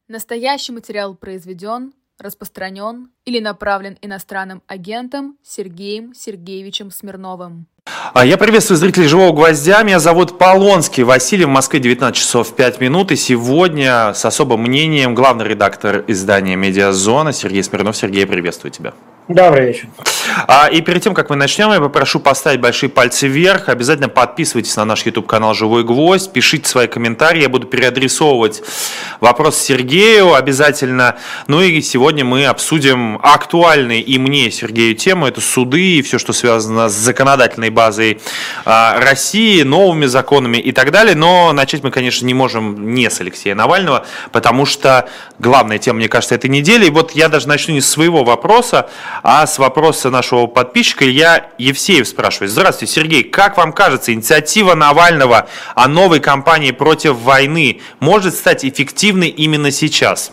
Настоящий материал произведен, распространен или направлен иностранным агентом Сергеем Сергеевичем Смирновым. Я приветствую зрителей «Живого гвоздя». Меня зовут Полонский Василий. В Москве 19 часов 5 минут. И сегодня с особым мнением главный редактор издания «Медиазона» Сергей Смирнов. Сергей, приветствую тебя. Добрый вечер. И перед тем, как мы начнем, я попрошу поставить большие пальцы вверх. Обязательно подписывайтесь на наш YouTube-канал «Живой гвоздь». Пишите свои комментарии. Я буду переадресовывать вопрос Сергею обязательно. Ну и сегодня мы обсудим актуальные и мне, Сергею, тему. Это суды и все, что связано с законодательной базой России, новыми законами и так далее. Но начать мы, конечно, не можем не с Алексея Навального, потому что главная тема, мне кажется, этой недели. И вот я даже начну не с своего вопроса, а с вопроса нашего подписчика. Илья Евсеев спрашивает. Здравствуйте, Сергей. Как вам кажется, инициатива Навального о новой кампании против войны может стать эффективной именно сейчас?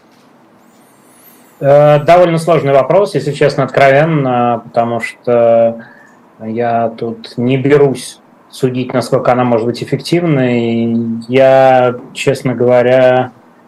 Довольно сложный вопрос, если честно, откровенно, потому что я тут не берусь судить, насколько она может быть эффективной. Я, честно говоря,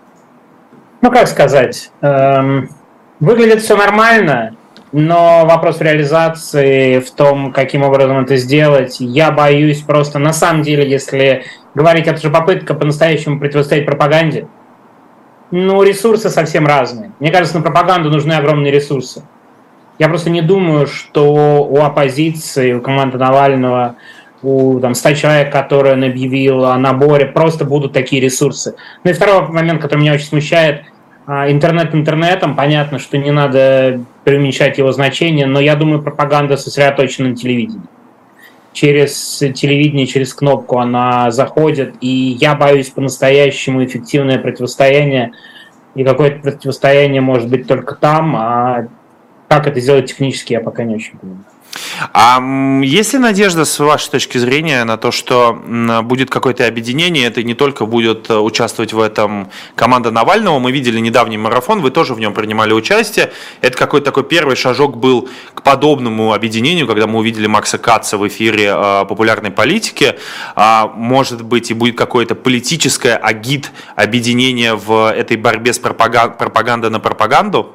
выглядит все нормально, но вопрос в реализации, в том, каким образом это сделать, я боюсь просто, на самом деле, если говорить, это же попытка по-настоящему противостоять пропаганде, ресурсы совсем разные. Мне кажется, на пропаганду нужны огромные ресурсы. Я просто не думаю, что у оппозиции, у команды Навального, у 100 человек, которые он объявил о наборе, просто будут такие ресурсы. Ну и второй момент, который меня очень смущает, интернет интернетом, понятно, что не надо преуменьшать его значение, но я думаю, пропаганда сосредоточена на телевидении. Через телевидение, через кнопку она заходит, и я боюсь по-настоящему эффективное противостояние, и какое-то противостояние может быть только там, а как это сделать технически, я пока не очень понимаю. А есть ли надежда, с вашей точки зрения, на то, что будет какое-то объединение, это не только будет участвовать в этом команда Навального, мы видели недавний марафон, вы тоже в нем принимали участие, это какой-то такой первый шажок был к подобному объединению, когда мы увидели Макса Катца в эфире популярной политики, может быть и будет какое-то политическое объединение в этой борьбе с пропагандой на пропаганду?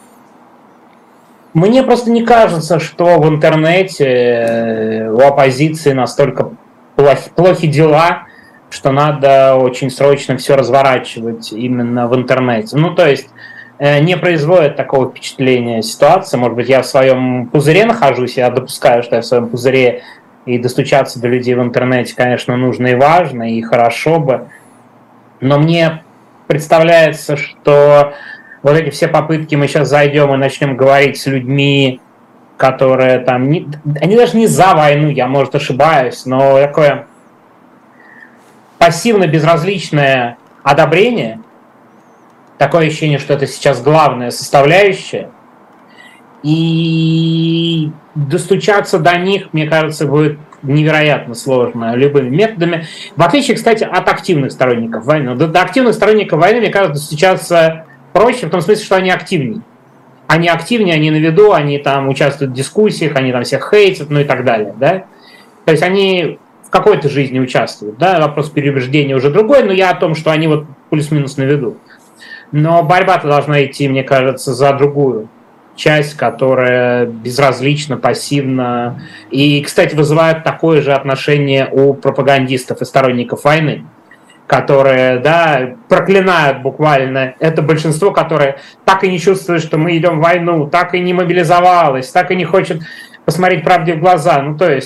Мне просто не кажется, что в интернете у оппозиции настолько плохи дела, что надо очень срочно все разворачивать именно в интернете. То есть не производит такого впечатления ситуация. Может быть, я в своем пузыре нахожусь, я допускаю, что я в своем пузыре, и достучаться до людей в интернете, конечно, нужно и важно, и хорошо бы. Но мне представляется, что вот эти все попытки, мы сейчас зайдем и начнем говорить с людьми, которые там, они даже не за войну, я, может, ошибаюсь, но такое пассивно-безразличное одобрение, такое ощущение, что это сейчас главная составляющая, и достучаться до них, мне кажется, будет невероятно сложно любыми методами. В отличие, кстати, от активных сторонников войны. До активных сторонников войны, мне кажется, достучаться проще, в том смысле, что они активнее. Они активнее, они на виду, они там участвуют в дискуссиях, они там всех хейтят, и так далее. Да? То есть они в какой-то жизни участвуют. Да? Вопрос переубеждения уже другой, но я о том, что они вот плюс-минус на виду. Но борьба-то должна идти, мне кажется, за другую часть, которая безразлична, пассивна. И, кстати, вызывает такое же отношение у пропагандистов и сторонников войны, которые, проклинают буквально это большинство, которое так и не чувствует, что мы идем в войну, так и не мобилизовалось, так и не хочет посмотреть правде в глаза.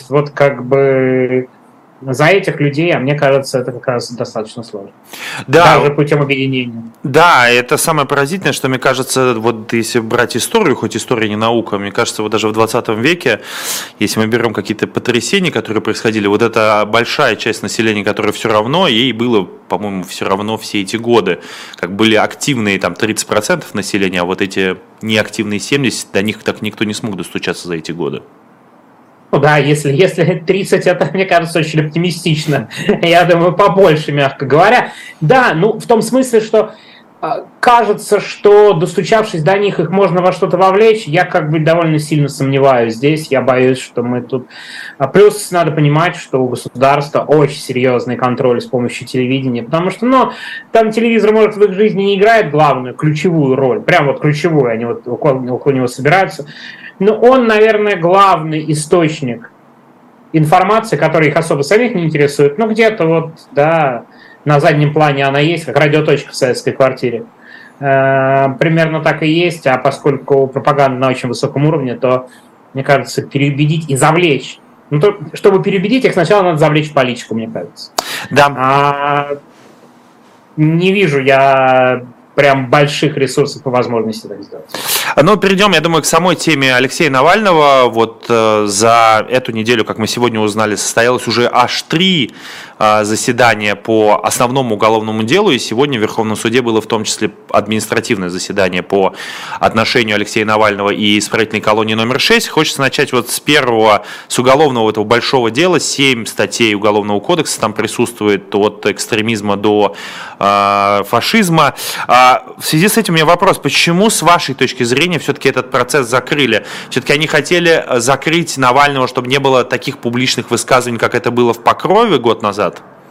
За этих людей, мне кажется, это как раз достаточно сложно. Да. Даже путем объединения. Да, это самое поразительное, что, мне кажется, вот если брать историю, хоть история не наука, мне кажется, вот даже в 20 веке, если мы берем какие-то потрясения, которые происходили, вот эта большая часть населения, которая все равно, ей было, по-моему, все равно все эти годы, как были активные там 30% населения, а вот эти неактивные 70%, до них так никто не смог достучаться за эти годы. Если 30, это, мне кажется, очень оптимистично. Я думаю, побольше, мягко говоря. Да, в том смысле, что кажется, что, достучавшись до них, их можно во что-то вовлечь. Я как бы довольно сильно сомневаюсь здесь. Я боюсь, что мы тут... Плюс надо понимать, что у государства очень серьезный контроль с помощью телевидения, потому что, там телевизор, может, в их жизни не играет главную, ключевую роль, прям вот ключевую, они вот около него собираются, но он, наверное, главный источник информации, которая их особо самих не интересует, но где-то вот, да, на заднем плане она есть, как радиоточка в советской квартире. Примерно так и есть, а поскольку пропаганда на очень высоком уровне, то, мне кажется, переубедить и завлечь. Чтобы переубедить их, сначала надо завлечь в политику, мне кажется. Да. Не вижу я прям больших ресурсов и возможностей так сделать. Перейдем, я думаю, к самой теме Алексея Навального. Вот за эту неделю, как мы сегодня узнали, состоялось уже аж 3 заседания по основному уголовному делу, и сегодня в Верховном суде было в том числе административное заседание по отношению Алексея Навального и исправительной колонии номер 6. Хочется начать вот с первого, с уголовного этого большого дела. 7 статей Уголовного кодекса там присутствует, от экстремизма до фашизма. В связи с этим у меня вопрос, почему, с вашей точки зрения, все-таки этот процесс закрыли? Все-таки они хотели закрыть Навального, чтобы не было таких публичных высказываний, как это было в Покрове год назад?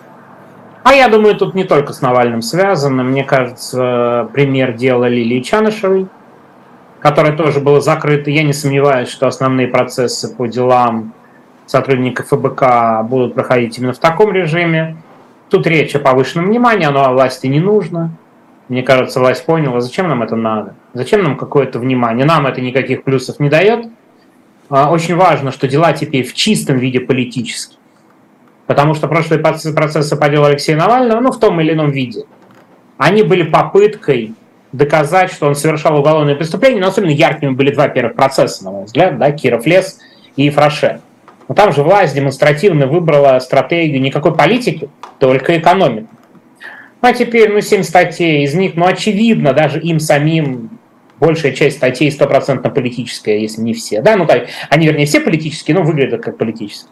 Я думаю, тут не только с Навальным связано. Мне кажется, пример дела Лилии Чанышевой, которое тоже было закрыто. Я не сомневаюсь, что основные процессы по делам сотрудников ФБК будут проходить именно в таком режиме. Тут речь о повышенном внимании, оно власти не нужно. Мне кажется, власть поняла, зачем нам это надо, зачем нам какое-то внимание. Нам это никаких плюсов не дает. Очень важно, что дела теперь в чистом виде политические. Потому что прошлые процессы по делу Алексея Навального, в том или ином виде, они были попыткой доказать, что он совершал уголовное преступление, но особенно яркими были 2 первых процесса, на мой взгляд, да, Киров лес и Фраше. Но там же власть демонстративно выбрала стратегию никакой политики, только экономики. А теперь, 7 статей, из них, очевидно, даже им самим большая часть статей 100% политическая, если не все. Да, они, вернее, все политические, но выглядят как политические.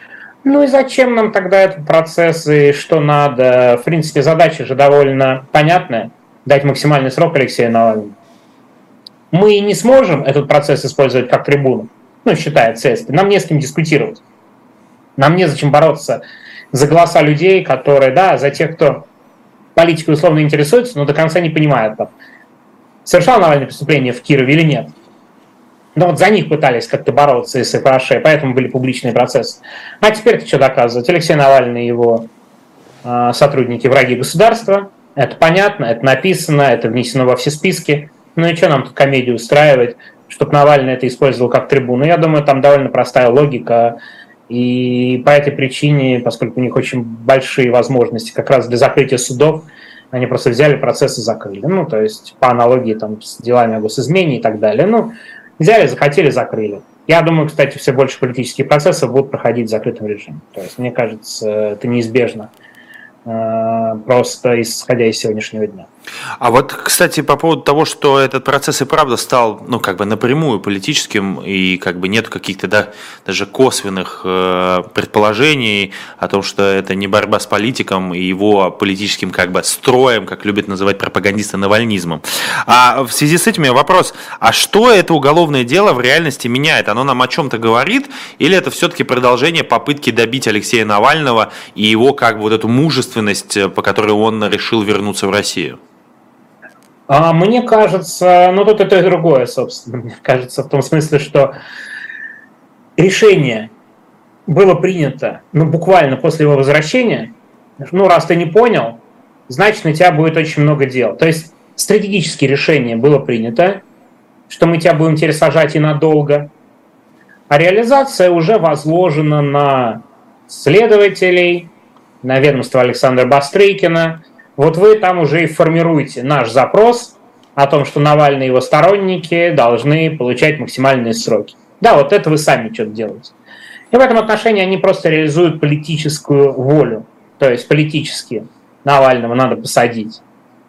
И зачем нам тогда этот процесс, и что надо? В принципе, задача же довольно понятная. Дать максимальный срок Алексею Навальному. Мы не сможем этот процесс использовать как трибуну, считает следствие. Нам не с кем дискутировать. Нам незачем бороться за голоса людей, которые, за тех, кто политикой условно интересуется, но до конца не понимает, совершал Навальный преступление в Кирове или нет. Но за них пытались как-то бороться и с Фраше, поэтому были публичные процессы. А теперь-то что доказывать? Алексей Навальный и его сотрудники враги государства. Это понятно, это написано, это внесено во все списки. И что нам тут комедию устраивать, чтобы Навальный это использовал как трибуну? Я думаю, там довольно простая логика. И по этой причине, поскольку у них очень большие возможности как раз для закрытия судов, они просто взяли процесс и закрыли. То есть по аналогии с делами о госизмене и так далее. Взяли, захотели, закрыли. Я думаю, кстати, все больше политические процессы будут проходить в закрытом режиме. То есть, мне кажется, это неизбежно, просто исходя из сегодняшнего дня. А вот, кстати, по поводу того, что этот процесс и правда стал, напрямую политическим, и нет каких-то даже косвенных предположений о том, что это не борьба с политиком и его политическим строем, как любят называть пропагандисты, навальнизмом. А в связи с этим у меня вопрос, а что это уголовное дело в реальности меняет? Оно нам о чем-то говорит, или это все-таки продолжение попытки добить Алексея Навального и его эту мужественность, по которой он решил вернуться в Россию? Мне кажется, тут это и другое, собственно. Мне кажется, в том смысле, что решение было принято, буквально после его возвращения. Раз ты не понял, значит, на тебя будет очень много дел. То есть стратегические решения было принято, что мы тебя будем теперь сажать и надолго, а реализация уже возложена на следователей, на ведомство Александра Бастрыкина. Вот вы там уже и формируете наш запрос о том, что Навальный и его сторонники должны получать максимальные сроки. Да, вот это вы сами что-то делаете. И в этом отношении они просто реализуют политическую волю. То есть политически Навального надо посадить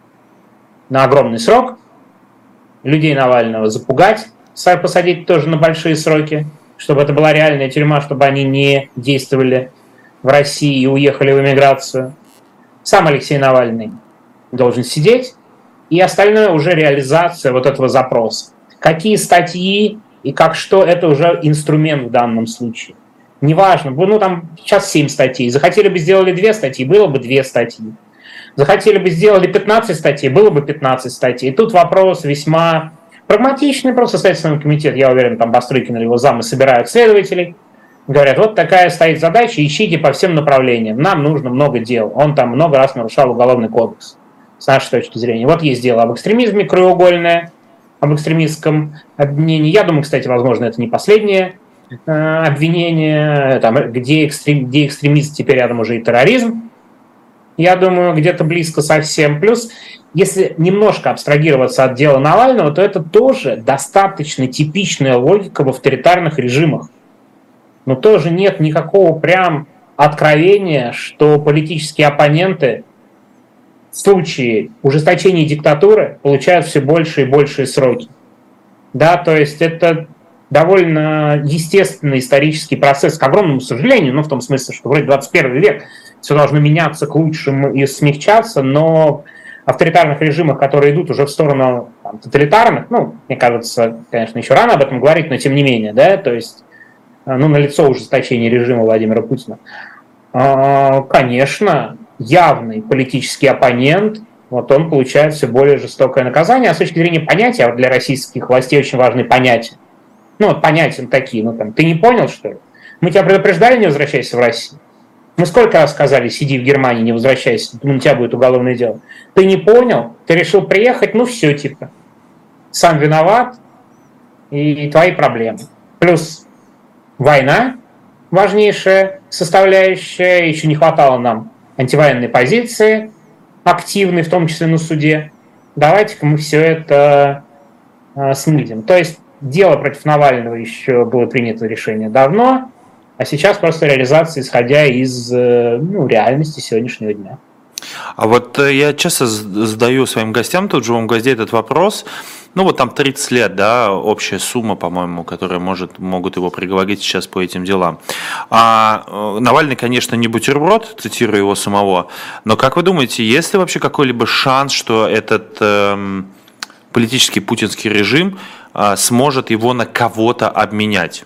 на огромный срок, людей Навального запугать, посадить тоже на большие сроки, чтобы это была реальная тюрьма, чтобы они не действовали в России и уехали в эмиграцию. Сам Алексей Навальный должен сидеть, и остальное уже реализация вот этого запроса. Какие статьи и как что, это уже инструмент в данном случае. Неважно, ну там сейчас 7 статей. Захотели бы сделали 2 статьи, было бы 2 статьи. Захотели бы сделали 15 статей, было бы 15 статей. И тут вопрос весьма прагматичный, просто Следственный комитет, я уверен, там Бастрыкин или его замы собирают следователей, говорят, вот такая стоит задача, ищите по всем направлениям, нам нужно много дел. Он там много раз нарушал уголовный кодекс, с нашей точки зрения. Вот есть дело об экстремизме краеугольное, об экстремистском обвинении. Я думаю, кстати, возможно, это не последнее обвинение, там, где экстремист, теперь рядом уже и терроризм. Я думаю, где-то близко совсем. Плюс, если немножко абстрагироваться от дела Навального, то это тоже достаточно типичная логика в авторитарных режимах. Но тоже нет никакого прям откровения, что политические оппоненты в случае ужесточения диктатуры получают все больше и большие сроки. Да, то есть это довольно естественный исторический процесс, к огромному сожалению, ну в том смысле, что вроде 21 век, все должно меняться к лучшему и смягчаться, но в авторитарных режимах, которые идут уже в сторону там, тоталитарных, ну, мне кажется, конечно, еще рано об этом говорить, но тем не менее, да, то есть, ну, налицо ужесточение режима Владимира Путина. Конечно, явный политический оппонент, вот он получает все более жестокое наказание, а с точки зрения понятия, вот для российских властей очень важны понятия. Ну, вот понятия такие, ну, там, ты не понял, что ли? Мы тебя предупреждали, не возвращайся в Россию. Мы сколько раз сказали, сиди в Германии, не возвращайся, у тебя будет уголовное дело. Ты не понял, ты решил приехать, ну все, типа, сам виноват и твои проблемы. Плюс война, важнейшая составляющая, еще не хватало нам антивоенной позиции, активной, в том числе на суде. Давайте-ка мы все это снизим. То есть дело против Навального еще было принято решение давно, а сейчас просто реализация, исходя из реальности сегодняшнего дня. А вот я часто задаю своим гостям, тут живом гвозде, этот вопрос. Ну вот там 30 лет, да, общая сумма, по-моему, которая могут его приговорить сейчас по этим делам. А Навальный, конечно, не бутерброд, цитирую его самого, но как вы думаете, есть ли вообще какой-либо шанс, что этот политический путинский режим сможет его на кого-то обменять?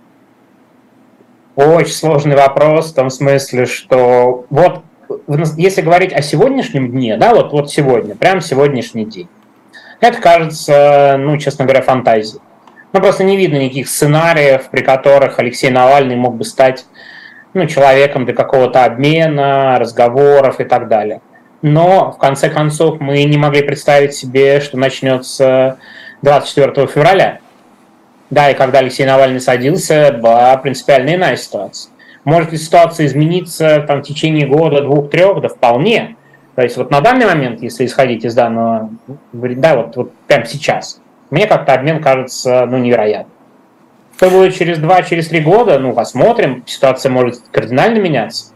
Очень сложный вопрос в том смысле, что вот если говорить о сегодняшнем дне, да, вот сегодня, прям сегодняшний день, это кажется, ну, честно говоря, фантазией. Ну, просто не видно никаких сценариев, при которых Алексей Навальный мог бы стать, ну, человеком для какого-то обмена, разговоров и так далее. Но, в конце концов, мы не могли представить себе, что начнется 24 февраля. Да, и когда Алексей Навальный садился, была принципиально иная ситуация. Может ли ситуация измениться там, в течение года, 2-3? Да вполне. То есть вот на данный момент, если исходить из данного, да, вот прямо сейчас, мне как-то обмен кажется, ну, невероятным. Что будет через 2-3 года, ну, посмотрим, ситуация может кардинально меняться.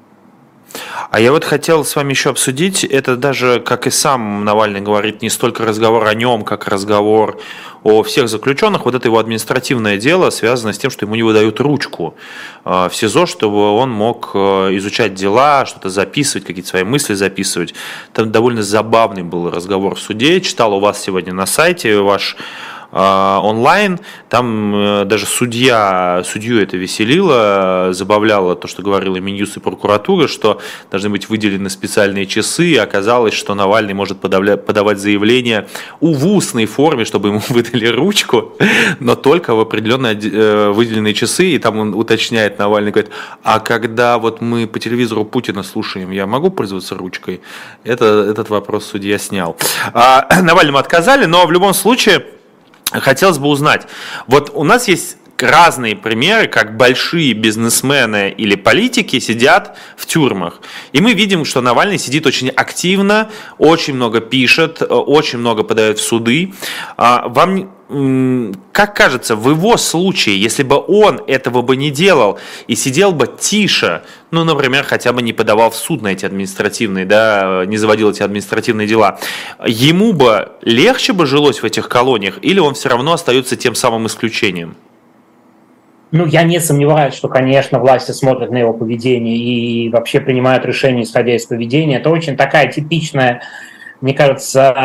А я вот хотел с вами еще обсудить, это даже, как и сам Навальный говорит, не столько разговор о нем, как разговор о всех заключенных. Вот это его административное дело связано с тем, что ему не выдают ручку в СИЗО, чтобы он мог изучать дела, что-то записывать, какие-то свои мысли записывать. Там довольно забавный был разговор в суде. Читал у вас сегодня на сайте ваш онлайн, там даже судью это веселило, забавляло то, что говорила Минюст и прокуратура, что должны быть выделены специальные часы, и оказалось, что Навальный может подавать заявление в устной форме, чтобы ему выдали ручку, но только в определенные выделенные часы, и там он уточняет, Навальный говорит, а когда вот мы по телевизору Путина слушаем, я могу пользоваться ручкой? Этот вопрос судья снял. Навальному отказали, но в любом случае хотелось бы узнать, вот у нас есть разные примеры, как большие бизнесмены или политики сидят в тюрьмах. И мы видим, что Навальный сидит очень активно, очень много пишет, очень много подает в суды. Вам, как кажется, в его случае, если бы он этого бы не делал и сидел бы тише, ну, например, хотя бы не подавал в суд на эти административные, да, не заводил эти административные дела, ему бы легче бы жилось в этих колониях, или он все равно остается тем самым исключением? Ну, я не сомневаюсь, что, конечно, власти смотрят на его поведение и вообще принимают решения, исходя из поведения. Это очень такая типичная, мне кажется,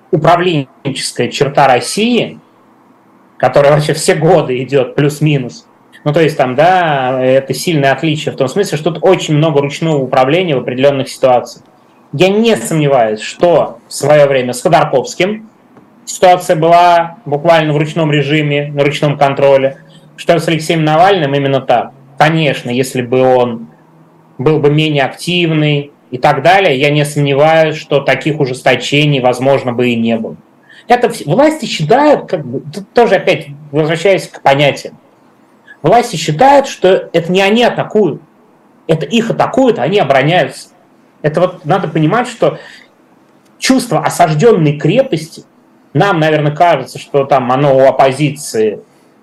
управленческая черта России, которая вообще все годы идет плюс-минус. Ну, то есть там, да, это сильное отличие в том смысле, что тут очень много ручного управления в определенных ситуациях. Я не сомневаюсь, что в свое время с Ходорковским ситуация была буквально в ручном режиме, на ручном контроле, что с Алексеем Навальным именно так. Конечно, если бы он был бы менее активный и так далее, я не сомневаюсь, что таких ужесточений, возможно, бы и не было. Это власти считают, как бы, тут тоже опять возвращаясь к понятиям, власти считают, что это не они атакуют, это их атакуют, а они обороняются. Это вот надо понимать, что чувство осажденной крепости, нам, наверное, кажется, что там оно у оппозиции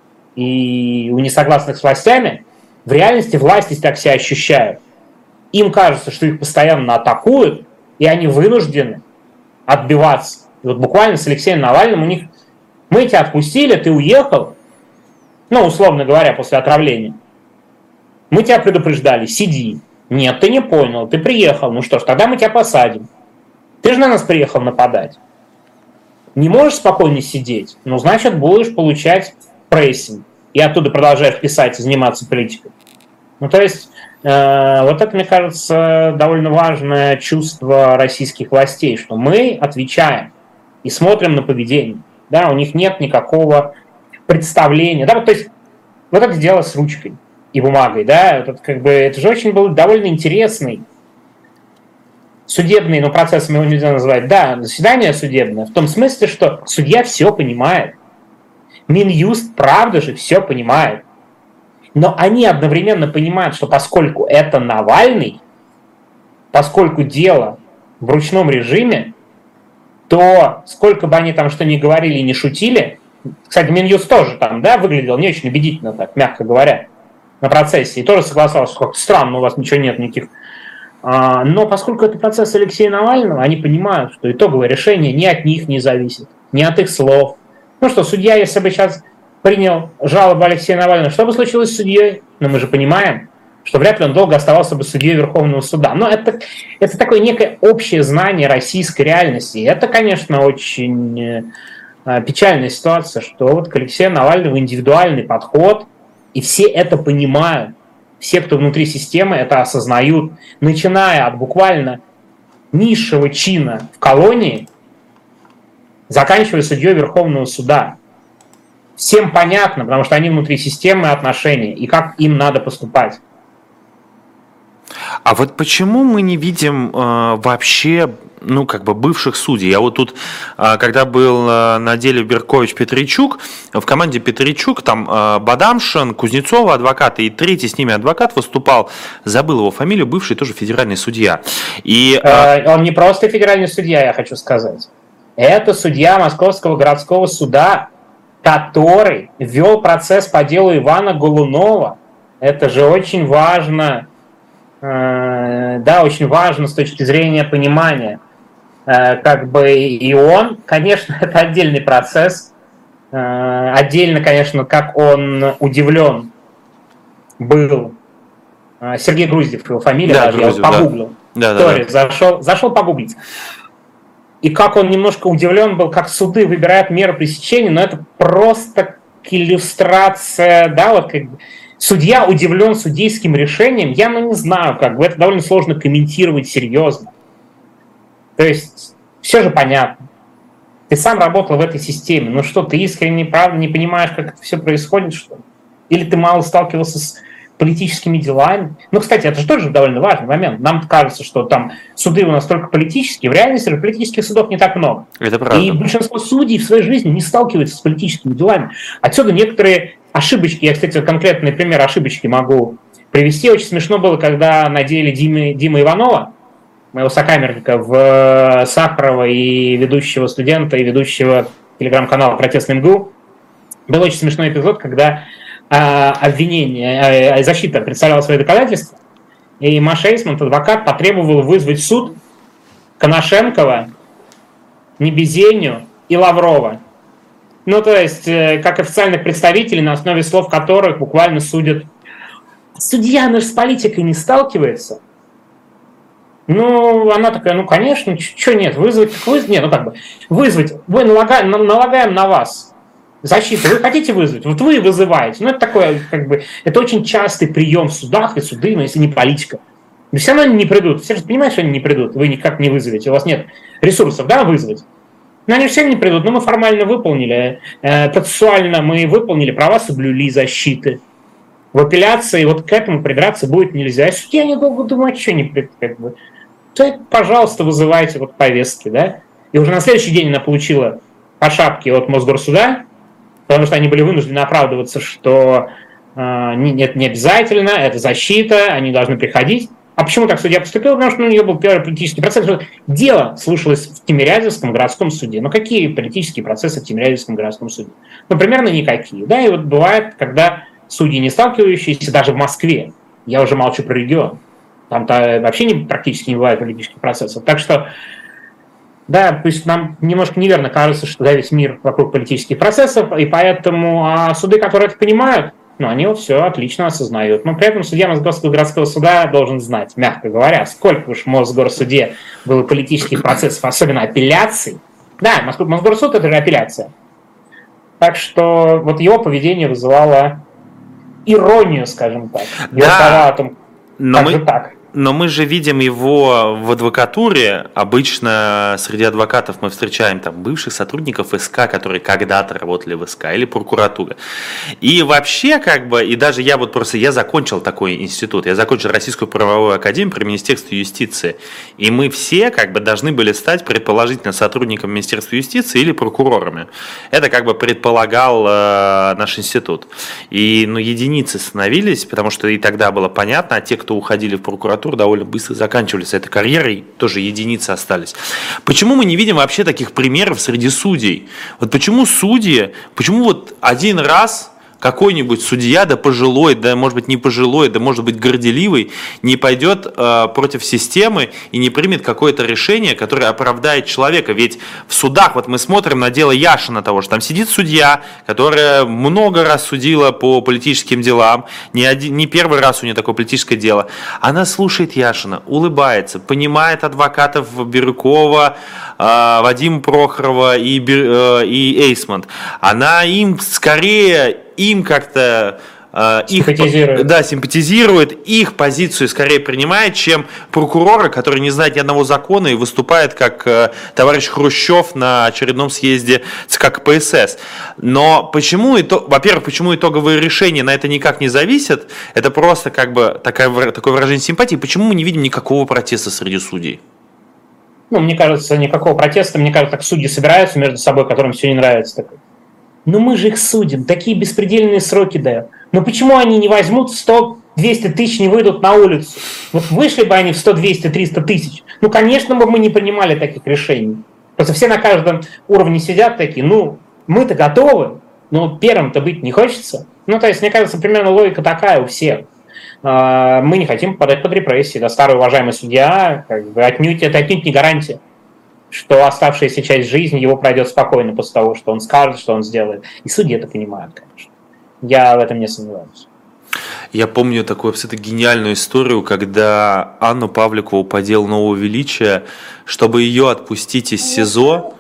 и у несогласных с властями, в реальности власти так себя ощущают. Им кажется, что их постоянно атакуют, и они вынуждены отбиваться. И вот буквально с Алексеем Навальным у них: мы тебя отпустили, ты уехал, ну, условно говоря, после отравления. Мы тебя предупреждали, сиди. Нет, ты не понял, ты приехал. Ну что ж, тогда мы тебя посадим. Ты же на нас приехал нападать. Не можешь спокойно сидеть? Ну, значит, будешь получать прессинг. И оттуда продолжаешь писать и заниматься политикой. Ну, то есть, вот это, мне кажется, довольно важное чувство российских властей, что мы отвечаем и смотрим на поведение. Да, у них нет никакого представления. Да, вот, то есть, вот это дело с ручкой и бумагой, да, это же очень был довольно интересный судебный, но процессом его нельзя назвать, да, заседание судебное, в том смысле, что судья все понимает. Минюст, правда же, все понимает. Но они одновременно понимают, что поскольку это Навальный, поскольку дело в ручном режиме, то сколько бы они там что ни говорили и не шутили, кстати, Минюст тоже там, да, выглядел не очень убедительно, так, мягко говоря, на процессе, и тоже согласовался, как странно, у вас ничего нет никаких. Но поскольку это процесс Алексея Навального, они понимают, что итоговое решение ни от них не зависит, ни от их слов. Ну что, судья, если бы сейчас принял жалобу Алексея Навального, что бы случилось с судьей? Но мы же понимаем, что вряд ли он долго оставался бы судьей Верховного суда. Но это такое некое общее знание российской реальности. И это, конечно, очень печальная ситуация, что вот к Алексею Навальному индивидуальный подход, и все это понимают. Все, кто внутри системы, это осознают, начиная от буквально низшего чина в колонии, заканчивая судьей Верховного суда. Всем понятно, потому что они внутри системы отношений, и как им надо поступать. А вот почему мы не видим вообще, ну, как бы бывших судей? Я вот тут, когда был на деле Беркович-Петричук, в команде Петричук там Бадамшин, Кузнецова адвокаты, и третий с ними адвокат выступал, забыл его фамилию, бывший тоже федеральный судья. И, он не просто федеральный судья, я хочу сказать. Это судья Московского городского суда, который вел процесс по делу Ивана Голунова. Это же очень важно. Да, очень важно с точки зрения понимания. Как бы и он, конечно, это отдельный процесс. Отдельно, конечно, как он удивлен был. Сергей Груздев, его фамилия, да, даже, Груздев, я вот погуглил. Да. Зашел погуглить. И как он немножко удивлен был, как суды выбирают меры пресечения, но это просто иллюстрация, да, вот как бы. Судья удивлен судейским решением, я не знаю, как бы это довольно сложно комментировать серьезно. То есть все же понятно. Ты сам работал в этой системе. Ну что, ты искренне, правда, не понимаешь, как это все происходит, что ли? Или ты мало сталкивался с политическими делами? Ну, кстати, это же тоже довольно важный момент. Нам кажется, что там суды у нас только политические. В реальности же политических судов не так много. Это правда. И большинство судей в своей жизни не сталкиваются с политическими делами. Отсюда некоторые ошибочки. Я, кстати, конкретный пример ошибочки могу привести. Очень смешно было, когда на деле Димы Иванова, моего сокамерника, в Сахарова и ведущего студента, и ведущего телеграм-канала «Протестный МГУ», был очень смешной эпизод, когда защита представляла свои доказательства, и Маша Эйсмонт, адвокат, потребовал вызвать в суд Коношенкова, Небезеню и Лаврова. Ну, то есть, как официальных представителей, на основе слов которых буквально судят. Судья, она же с политикой не сталкивается. Ну, она такая, ну, конечно, что нет, вызвать, так вызвать, нет, ну, как бы, вызвать, мы налагаем на вас защиту, вы хотите вызвать, вот вы вызываете, ну, это такое, как бы, это очень частый прием в судах и суды, но если не политика. Но все равно они не придут, все же понимают, что они не придут, вы никак не вызовете, у вас нет ресурсов, да, вызвать. Но они все не придут, но мы формально выполнили, процессуально мы выполнили, права соблюли, защиты. В апелляции вот к этому придраться будет нельзя. Судья недолго думает, что не как бы. То, пожалуйста, вызывайте вот повестки, да. И уже на следующий день она получила по шапке от Мосгорсуда, потому что они были вынуждены оправдываться, что это не обязательно, это защита, они должны приходить. А почему так судья поступил? Потому что у нее был первый политический процесс. Дело слушалось в Тимирязевском городском суде. Но какие политические процессы в Тимирязевском городском суде? Ну, примерно никакие. Да, и вот бывает, когда судьи не сталкивающиеся даже в Москве, я уже молчу про регион, там-то вообще практически не бывает политических процессов. Так что, да, пусть нам немножко неверно кажется, что да, весь мир вокруг политических процессов, и поэтому суды, которые это понимают, ну, они вот все отлично осознают. Но при этом судья Московского городского суда должен знать, мягко говоря, сколько уж в Мосгорсуде было политических процессов, особенно апелляций. Да, Мосгорсуд – это же апелляция. Так что вот его поведение вызывало иронию, скажем так. Его слова о том, как же так. Но мы же видим его в адвокатуре. Обычно среди адвокатов мы встречаем там бывших сотрудников СК, которые когда-то работали в СК или прокуратуре. И вообще, как бы, и даже я вот просто, я закончил такой институт, я закончил Российскую правовую академию при Министерстве юстиции. И мы все, как бы, должны были стать предположительно сотрудниками Министерства юстиции или прокурорами. Это, как бы, предполагал наш институт. И, ну, единицы становились, потому что и тогда было понятно, а те, кто уходили в прокуратуру, довольно быстро заканчивали с этой карьерой, тоже единицы остались. Почему мы не видим вообще таких примеров среди судей? Вот почему судьи, почему вот один раз какой-нибудь судья, да пожилой, да может быть не пожилой, да может быть горделивый, не пойдет против системы и не примет какое-то решение, которое оправдает человека. Ведь в судах, вот мы смотрим на дело Яшина того, что там сидит судья, которая много раз судила по политическим делам, не первый раз у нее такое политическое дело. Она слушает Яшина, улыбается, понимает адвокатов Бирюкова, Вадима Прохорова и Эйсмонт. Она им скорее как-то симпатизирует, их позицию скорее принимает, чем прокурора, который не знает ни одного закона и выступает как товарищ Хрущев на очередном съезде ЦК КПСС. Но почему, во-первых, почему итоговые решения на это никак не зависят, это просто как бы такое выражение симпатии. Почему мы не видим никакого протеста среди судей? Ну, мне кажется, никакого протеста. Мне кажется, так судьи собираются между собой, которым все не нравится. Такой. Ну мы же их судим, такие беспредельные сроки дают. Но почему они не возьмут 100-200 тысяч, не выйдут на улицу? Вот вышли бы они в 100, 200, 300 тысяч. Ну, конечно бы мы не принимали таких решений. Просто все на каждом уровне сидят такие, ну, мы-то готовы, но первым-то быть не хочется. Ну, то есть, мне кажется, примерно логика такая у всех. Мы не хотим попадать под репрессии. Да, старый уважаемый судья, как бы, это отнюдь не гарантия, что оставшаяся часть жизни его пройдет спокойно после того, что он скажет, что он сделает. И судьи это понимают, конечно. Я в этом не сомневаюсь. Я помню такую абсолютно гениальную историю, когда Анну Павликову по делу Нового Величия, чтобы ее отпустить из СИЗО,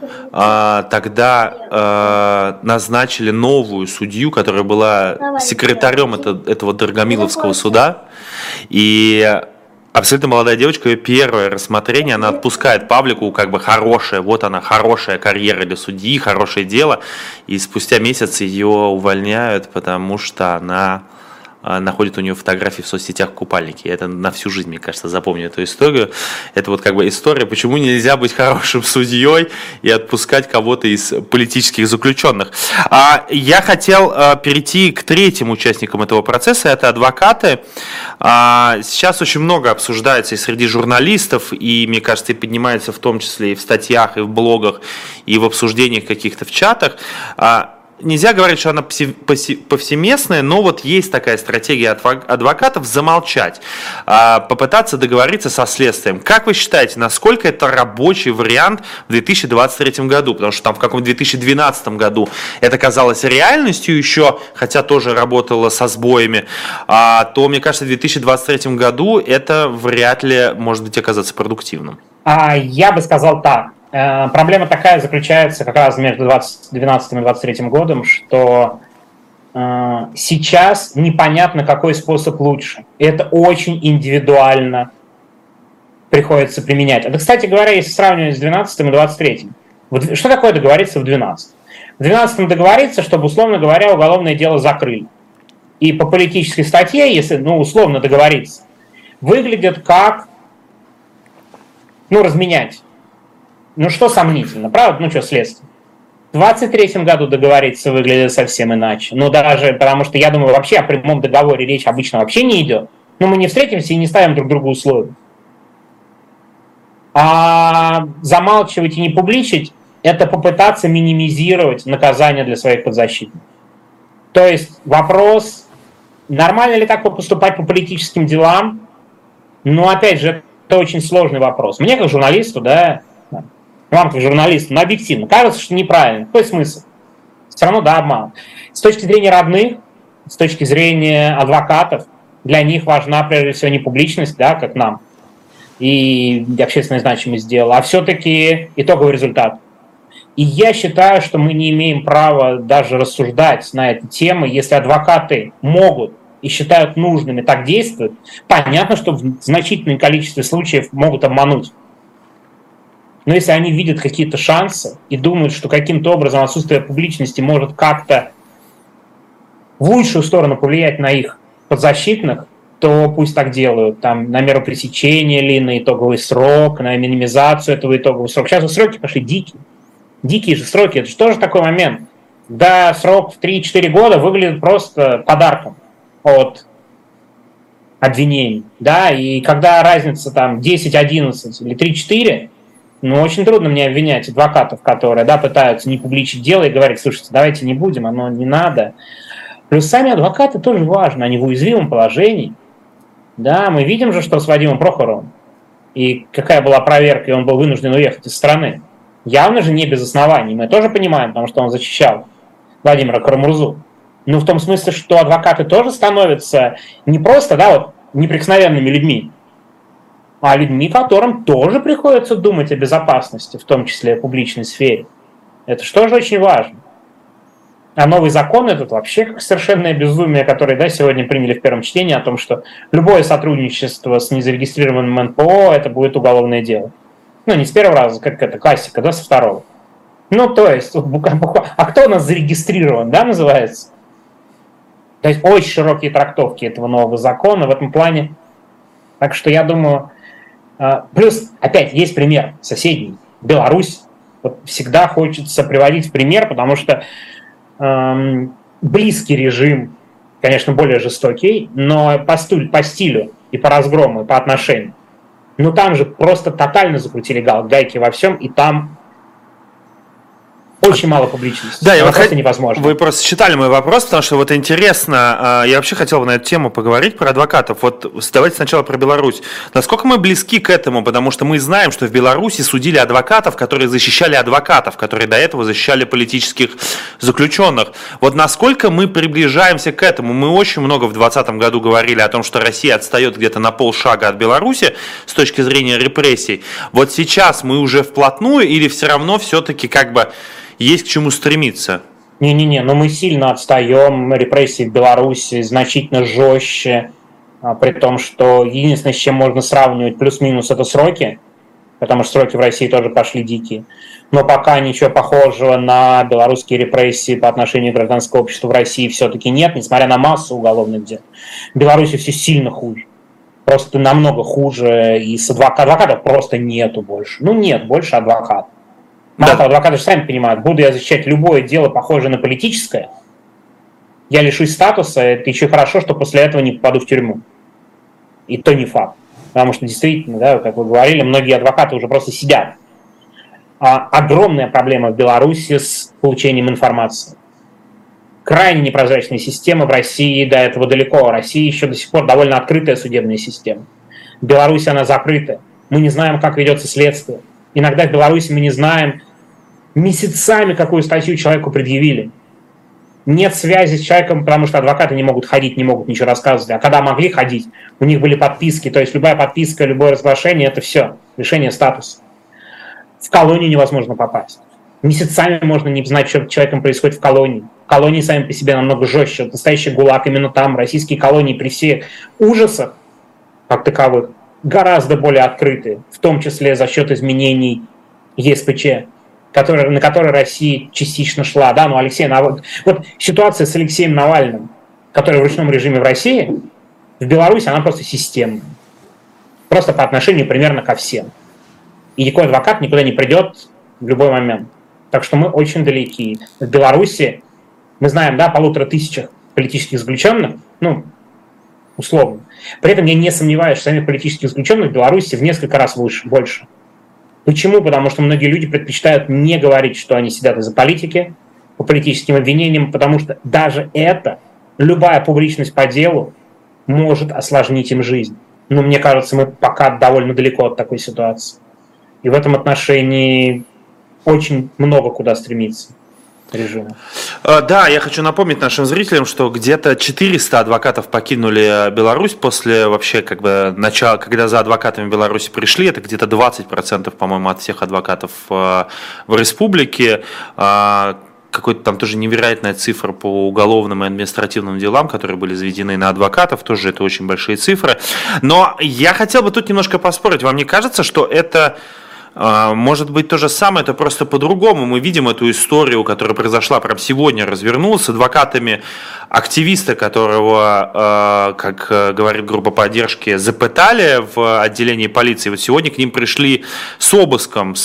тогда назначили новую судью, которая была секретарем этого Дорогомиловского суда. И абсолютно молодая девочка, ее первое рассмотрение, она отпускает Павликову как бы хорошая, вот она, хорошая карьера для судьи, хорошее дело, и спустя месяц ее увольняют, потому что она находит у нее фотографии в соцсетях в купальнике. Это на всю жизнь, мне кажется, запомню эту историю. Это вот как бы история, почему нельзя быть хорошим судьей и отпускать кого-то из политических заключенных. Я хотел перейти к третьим участникам этого процесса, это адвокаты. Сейчас очень много обсуждается и среди журналистов, и, мне кажется, и поднимается в том числе и в статьях, и в блогах, и в обсуждениях каких-то в чатах. нельзя говорить, что она повсеместная, но вот есть такая стратегия адвокатов замолчать, попытаться договориться со следствием. Как вы считаете, насколько это рабочий вариант в 2023 году? Потому что там в каком-то 2012 году это казалось реальностью еще, хотя тоже работало со сбоями, то, мне кажется, в 2023 году это вряд ли может быть оказаться продуктивным. Я бы сказал так. Проблема такая заключается как раз между 2012 и 2023 годом, что сейчас непонятно, какой способ лучше. Это очень индивидуально приходится применять. Это, кстати говоря, если сравнивать с 2012 и 2023. Вот что такое договориться в 2012? В 2012 договориться, чтобы, условно говоря, уголовное дело закрыли. И по политической статье, если условно договориться, выглядит как разменять. Что сомнительно, правда? Что следствие? В 2023 году договориться выглядит совсем иначе. Даже потому что, я думаю, вообще о прямом договоре речь обычно вообще не идет. Мы не встретимся и не ставим друг другу условия. А замалчивать и не публичить – это попытаться минимизировать наказание для своих подзащитных. То есть вопрос, нормально ли так поступать по политическим делам? Опять же, это очень сложный вопрос. Мне как журналисту, вам как журналисту, объективно кажется, что неправильно. Какой смысл? Все равно, обман. С точки зрения родных, с точки зрения адвокатов, для них важна, прежде всего, не публичность, как нам, и общественная значимость дела, а все-таки итоговый результат. И я считаю, что мы не имеем права даже рассуждать на эту тему, если адвокаты могут и считают нужными так действовать. Понятно, что в значительном количестве случаев могут обмануть. Но если они видят какие-то шансы и думают, что каким-то образом отсутствие публичности может как-то в лучшую сторону повлиять на их подзащитных, то пусть так делают. Там на меру пресечения или на итоговый срок, на минимизацию этого итогового срока. Сейчас сроки пошли дикие. Дикие же сроки. Это же тоже такой момент. Да, срок в 3-4 года выглядит просто подарком от обвинений. И когда разница 10, 11 или 3-4, очень трудно мне обвинять адвокатов, которые пытаются не публичить дело и говорить: слушайте, давайте не будем, оно не надо. Плюс сами адвокаты тоже важны, они в уязвимом положении. Мы видим же, что с Вадимом Прохоровым, и какая была проверка, и он был вынужден уехать из страны. Явно же не без оснований, мы тоже понимаем, потому что он защищал Владимира Карамурзу. В том смысле, что адвокаты тоже становятся не просто неприкосновенными людьми, а людьми, которым тоже приходится думать о безопасности, в том числе о публичной сфере. Это же тоже очень важно. А новый закон этот вообще как совершенное безумие, которое сегодня приняли в первом чтении, о том, что любое сотрудничество с незарегистрированным НПО – это будет уголовное дело. Не с первого раза, как это классика, со второго. То есть, а кто у нас зарегистрирован, называется? То есть очень широкие трактовки этого нового закона в этом плане. Так что я думаю... Плюс, опять, есть пример соседний. Беларусь. Всегда хочется приводить в пример, потому что близкий режим, конечно, более жестокий, но по стилю и по разгрому, и по отношению. Там же просто тотально закрутили гайки во всем, и там очень мало публичности. Да, невозможно. Вы просто читали мой вопрос, потому что интересно, я вообще хотел бы на эту тему поговорить про адвокатов. Давайте сначала про Беларусь. Насколько мы близки к этому, потому что мы знаем, что в Беларуси судили адвокатов, которые защищали адвокатов, которые до этого защищали политических заключенных. Насколько мы приближаемся к этому? Мы очень много в 2020 году говорили о том, что Россия отстает где-то на полшага от Беларуси с точки зрения репрессий. Сейчас мы уже вплотную или все равно все-таки есть к чему стремиться? Не-не-не, мы сильно отстаем, репрессии в Беларуси значительно жестче, при том, что единственное, с чем можно сравнивать плюс-минус, это сроки, потому что сроки в России тоже пошли дикие. Но пока ничего похожего на белорусские репрессии по отношению к гражданскому обществу в России все-таки нет, несмотря на массу уголовных дел. В Беларуси все сильно хуже. Просто намного хуже, и с адвокатов просто нету больше. Нет больше адвокатов. Мало того, адвокаты же сами понимают, буду я защищать любое дело, похожее на политическое, я лишусь статуса, это еще хорошо, что после этого не попаду в тюрьму. И то не факт. Потому что действительно, как вы говорили, многие адвокаты уже просто сидят. Огромная проблема в Беларуси с получением информации. крайне непрозрачная система в России, до этого далеко. Россия еще до сих пор довольно открытая судебная система. В Беларуси она закрыта. Мы не знаем, как ведется следствие. Иногда в Беларуси мы не знаем месяцами, какую статью человеку предъявили. Нет связи с человеком, потому что адвокаты не могут ходить, не могут ничего рассказывать. А когда могли ходить, у них были подписки. То есть любая подписка, любое разглашение – это все, лишение статуса. В колонию невозможно попасть. Месяцами можно не знать, что с человеком происходит в колонии. Колонии сами по себе намного жестче. Настоящий ГУЛАГ именно там. Российские колонии при всех ужасах, как таковых, гораздо более открытые, в том числе за счет изменений ЕСПЧ, на которые Россия частично шла. Да, но Алексей Навальный... Вот ситуация с Алексеем Навальным, который в ручном режиме в России, в Беларуси она просто системная. Просто по отношению примерно ко всем. И никакой адвокат никуда не придет в любой момент. Так что мы очень далеки. В Беларуси мы знаем, да, 1500 политических заключенных, ну, условно. При этом я не сомневаюсь, что самих политических заключенных в Беларуси в несколько раз больше. Почему? Потому что многие люди предпочитают не говорить, что они сидят из-за политики, по политическим обвинениям, потому что даже это, любая публичность по делу, может осложнить им жизнь. Но мне кажется, мы пока довольно далеко от такой ситуации. И в этом отношении очень много куда стремиться режиму. Да, я хочу напомнить нашим зрителям, что где-то 400 адвокатов покинули Беларусь после вообще как бы начала, когда за адвокатами в Беларуси пришли, это где-то 20%, по-моему, от всех адвокатов в республике. Какой-то там тоже невероятная цифра по уголовным и административным делам, которые были заведены на адвокатов, тоже это очень большие цифры. Но я хотел бы тут немножко поспорить. Вам не кажется, что это может быть то же самое, это просто по-другому? Мы видим эту историю, которая произошла прямо сегодня, развернулась с адвокатами активиста, которого, как говорит группа поддержки, запытали в отделении полиции. Вот сегодня к ним пришли с обыском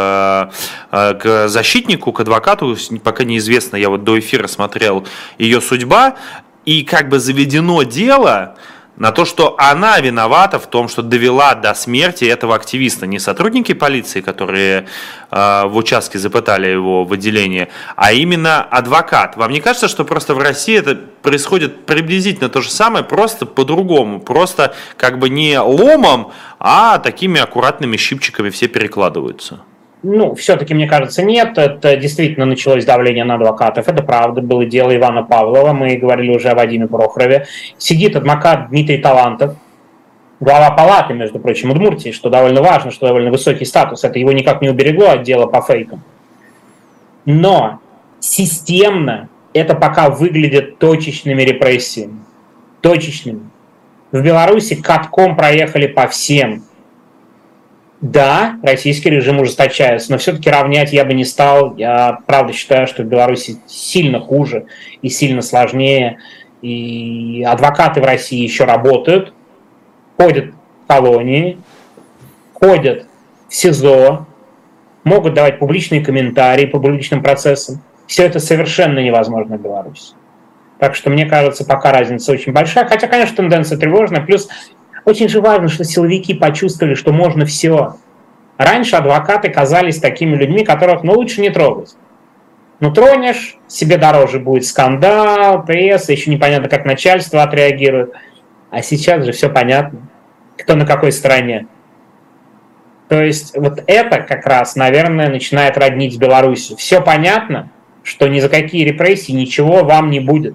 к защитнику, к адвокату, пока неизвестно, я вот до эфира смотрел ее судьба, и как бы заведено дело на то, что она виновата в том, что довела до смерти этого активиста. Не сотрудники полиции, которые в участке запытали его в отделении, а именно адвокат. Вам не кажется, что просто в России это происходит приблизительно то же самое, просто по-другому? Просто как бы не ломом, а такими аккуратными щипчиками все перекладываются? Ну, все-таки, мне кажется, нет. Это действительно началось давление на адвокатов. Это правда. Было дело Ивана Павлова. Мы говорили уже о Вадиме Прохорове. Сидит адвокат Дмитрий Талантов, глава палаты, между прочим, Удмуртии, что довольно важно, что довольно высокий статус. Это его никак не уберегло от дела по фейкам. Но системно это пока выглядит точечными репрессиями. Точечными. В Беларуси катком проехали по всем. Да, российский режим ужесточается, но все-таки равнять я бы не стал. Я правда считаю, что в Беларуси сильно хуже и сильно сложнее. И адвокаты в России еще работают, ходят в колонии, ходят в СИЗО, могут давать публичные комментарии по публичным процессам. Все это совершенно невозможно в Беларуси. Так что, мне кажется, пока разница очень большая. Хотя, конечно, тенденция тревожная. Плюс очень же важно, что силовики почувствовали, что можно все. Раньше адвокаты казались такими людьми, которых лучше не трогать. Ну, тронешь, себе дороже будет скандал, пресса, еще непонятно, как начальство отреагирует. А сейчас же все понятно, кто на какой стороне. То есть вот это как раз, наверное, начинает роднить с Беларусью. Все понятно, что ни за какие репрессии ничего вам не будет.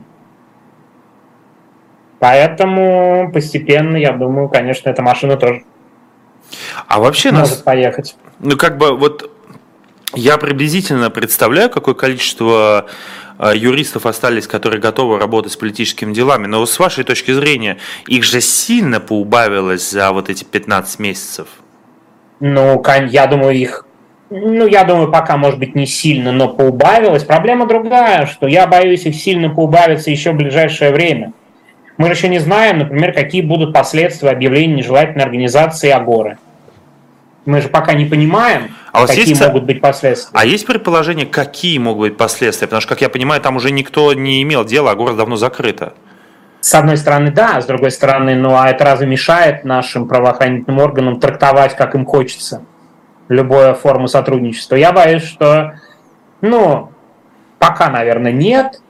Поэтому постепенно, я думаю, конечно, эта машина тоже вообще может поехать. Ну, как бы вот я приблизительно представляю, какое количество юристов остались, которые готовы работать с политическими делами. Но с вашей точки зрения, их же сильно поубавилось за вот эти 15 месяцев. Ну, я думаю, пока, может быть, не сильно, но поубавилось. Проблема другая, что я боюсь, их сильно поубавится еще в ближайшее время. Мы же еще не знаем, например, какие будут последствия объявления нежелательной организации Агоры. Мы же пока не понимаем, какие могут быть последствия. А есть предположение, какие могут быть последствия? Потому что, как я понимаю, там уже никто не имел дела, Агора давно закрыта. С одной стороны, да, с другой стороны, ну а это разве мешает нашим правоохранительным органам трактовать, как им хочется, любую форму сотрудничества? Я боюсь, что, пока, наверное, нет.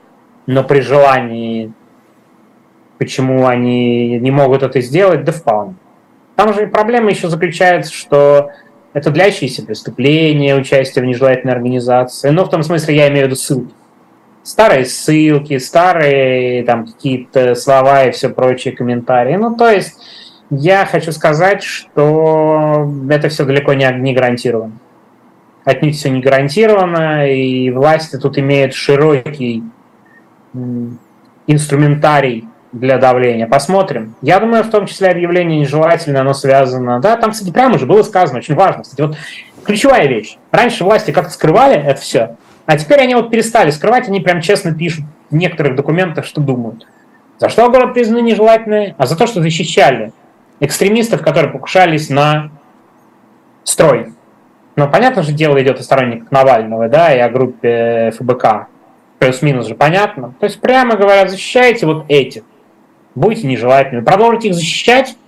но при желании, почему они не могут это сделать, да вполне. Там же проблема еще заключается, что это длящиеся преступления, участие в нежелательной организации. Но в том смысле я имею в виду ссылки. Старые ссылки, старые там какие-то слова и все прочие комментарии. Ну, то есть я хочу сказать, что это все далеко не гарантировано. Отнюдь все не гарантировано, и власти тут имеют широкий инструментарий для давления. Посмотрим. Я думаю, в том числе объявление нежелательное, оно связано... Да, там, кстати, прямо уже было сказано, очень важно. Кстати, вот ключевая вещь. Раньше власти как-то скрывали это все, а теперь они вот перестали скрывать, они прям честно пишут в некоторых документах, что думают. За что город признаны нежелательные? А за то, что защищали экстремистов, которые покушались на строй. Но понятно же, дело идет о сторонниках Навального, да, и о группе ФБК. Плюс-минус же понятно. То есть прямо говорят, защищайте вот этих. Будете нежелательными. Продолжите их защищать.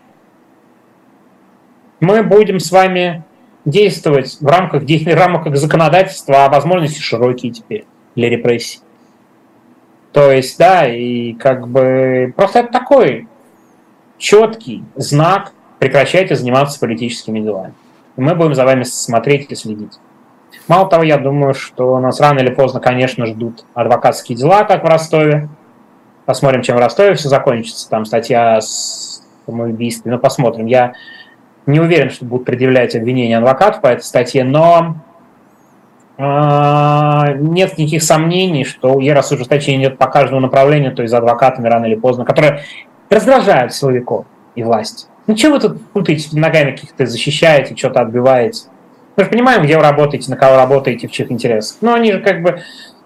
Мы будем с вами действовать в рамках законодательства, а возможности широкие теперь для репрессий. То есть, да, и как бы просто это такой четкий знак: прекращайте заниматься политическими делами. И мы будем за вами смотреть и следить. Мало того, я думаю, что нас рано или поздно, конечно, ждут адвокатские дела, как в Ростове. Посмотрим, чем в Ростове все закончится. Там статья с самоубийством. Но посмотрим. Я не уверен, что будут предъявлять обвинения адвокатов по этой статье, но нет никаких сомнений, что раз ужесточение идет по каждому направлению, то и за адвокатами рано или поздно, которые раздражают силовиков и власть. Ну что вы тут путаете, ногами каких-то защищаете, что-то отбиваете? Мы же понимаем, где вы работаете, на кого работаете, в чьих интересах. Но они же как бы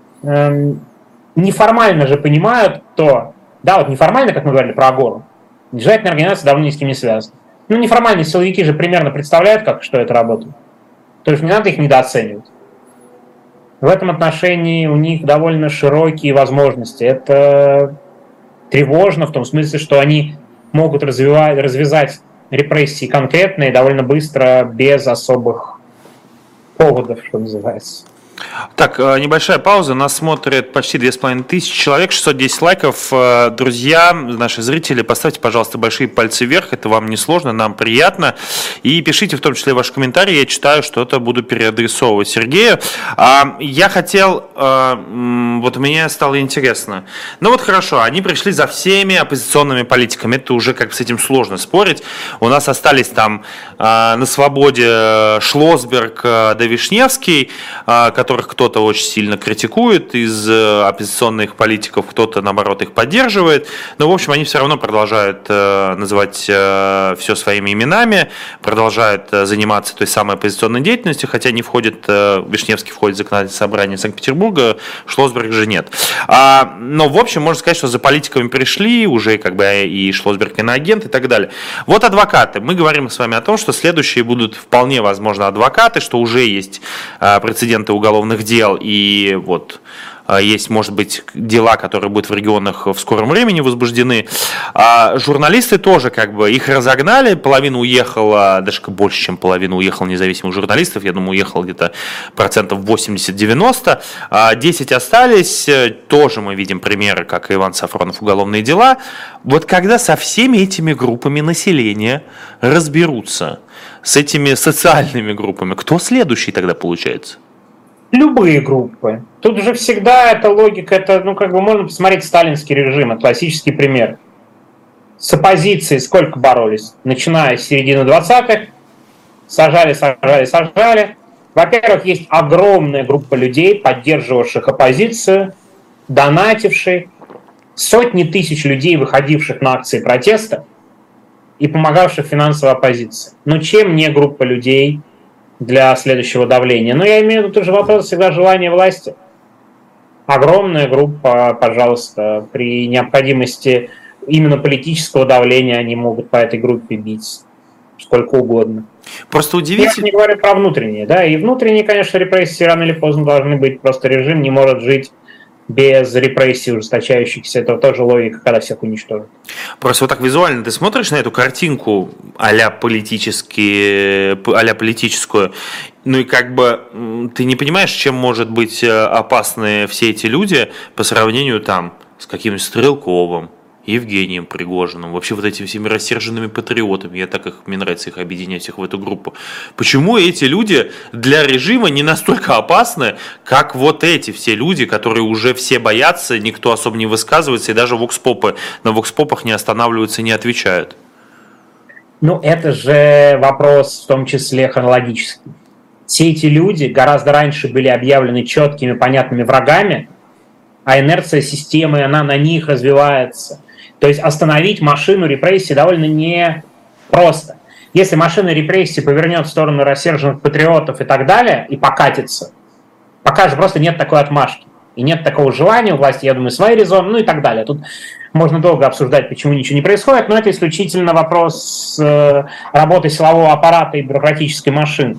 неформально же понимают то, да, вот неформально, как мы говорили про Агору, нежелательная организация давно ни с кем не связана. Ну, неформальные силовики же примерно представляют, как, что это работает. То есть не надо их недооценивать. В этом отношении у них довольно широкие возможности. Это тревожно в том смысле, что они могут развязать репрессии конкретные довольно быстро, без особых поводов, что называется. Так, небольшая пауза. Нас смотрит почти 2500 человек, 610 лайков. Друзья, наши зрители, поставьте, пожалуйста, большие пальцы вверх. Это вам не сложно, нам приятно. И пишите в том числе ваши комментарии. Я читаю, что-то буду переадресовывать Сергею. Я хотел... Вот мне стало интересно. Ну вот хорошо, они пришли за всеми оппозиционными политиками. Это уже как с этим сложно спорить. У нас остались там на свободе Шлосберг да Вишневский, которых кто-то очень сильно критикует из оппозиционных политиков, кто-то, наоборот, их поддерживает. Но, в общем, они все равно продолжают называть все своими именами, продолжают заниматься той самой оппозиционной деятельностью, хотя не входит, Вишневский входит в законодательное собрание Санкт-Петербурга, Шлосберг же нет. Но, в общем, можно сказать, что за политиками пришли уже как бы и Шлосберг иноагент и так далее. Вот адвокаты. Мы говорим с вами о том, что следующие будут вполне возможно адвокаты, что уже есть прецеденты уголовных дел, и вот есть, может быть, дела, которые будут в регионах в скором времени возбуждены. Журналисты тоже как бы их разогнали, половина уехала, даже больше, чем половина уехала независимых журналистов, я думаю, уехало где-то 80-90%, 10 остались, тоже мы видим примеры, как и Иван Сафронов, уголовные дела. Вот когда со всеми этими группами населения разберутся, с этими социальными группами, кто следующий тогда получается? Любые группы. Тут же всегда эта логика, это, ну, как бы можно посмотреть сталинский режим, это классический пример. С оппозицией сколько боролись? Начиная с середины 20-х, сажали. Во-первых, есть огромная группа людей, поддерживавших оппозицию, донативших, сотни тысяч людей, выходивших на акции протеста и помогавших финансовой оппозиции. Ну, чем не группа людей для следующего давления? Ну, я имею в виду, тоже вопрос всегда желания власти. Огромная группа, пожалуйста, при необходимости именно политического давления они могут по этой группе бить сколько угодно. Просто удивительно. Я не говорю про внутренние, да, и внутренние, конечно, репрессии рано или поздно должны быть, просто режим не может жить без репрессий ужесточающихся. Это тоже логика, когда всех уничтожат. Просто вот так визуально ты смотришь на эту картинку а-ля политическую, ну и как бы ты не понимаешь, чем может быть опасны все эти люди по сравнению там с каким-нибудь Стрелковым, Евгением Пригожиным, вообще вот этими всеми рассерженными патриотами, мне нравится их объединять всех в эту группу. Почему эти люди для режима не настолько опасны, как вот эти все люди, которые уже все боятся, никто особо не высказывается, и даже на вокспопах не останавливаются, не отвечают? Ну, это же вопрос в том числе хронологический. Все эти люди гораздо раньше были объявлены четкими, понятными врагами, а инерция системы, она на них развивается. То есть остановить машину репрессий довольно непросто. Если машина репрессий повернет в сторону рассерженных патриотов и так далее, и покатится, пока же просто нет такой отмашки. И нет такого желания у власти, я думаю, свои резоны, ну и так далее. Тут можно долго обсуждать, почему ничего не происходит, но это исключительно вопрос работы силового аппарата и бюрократической машины.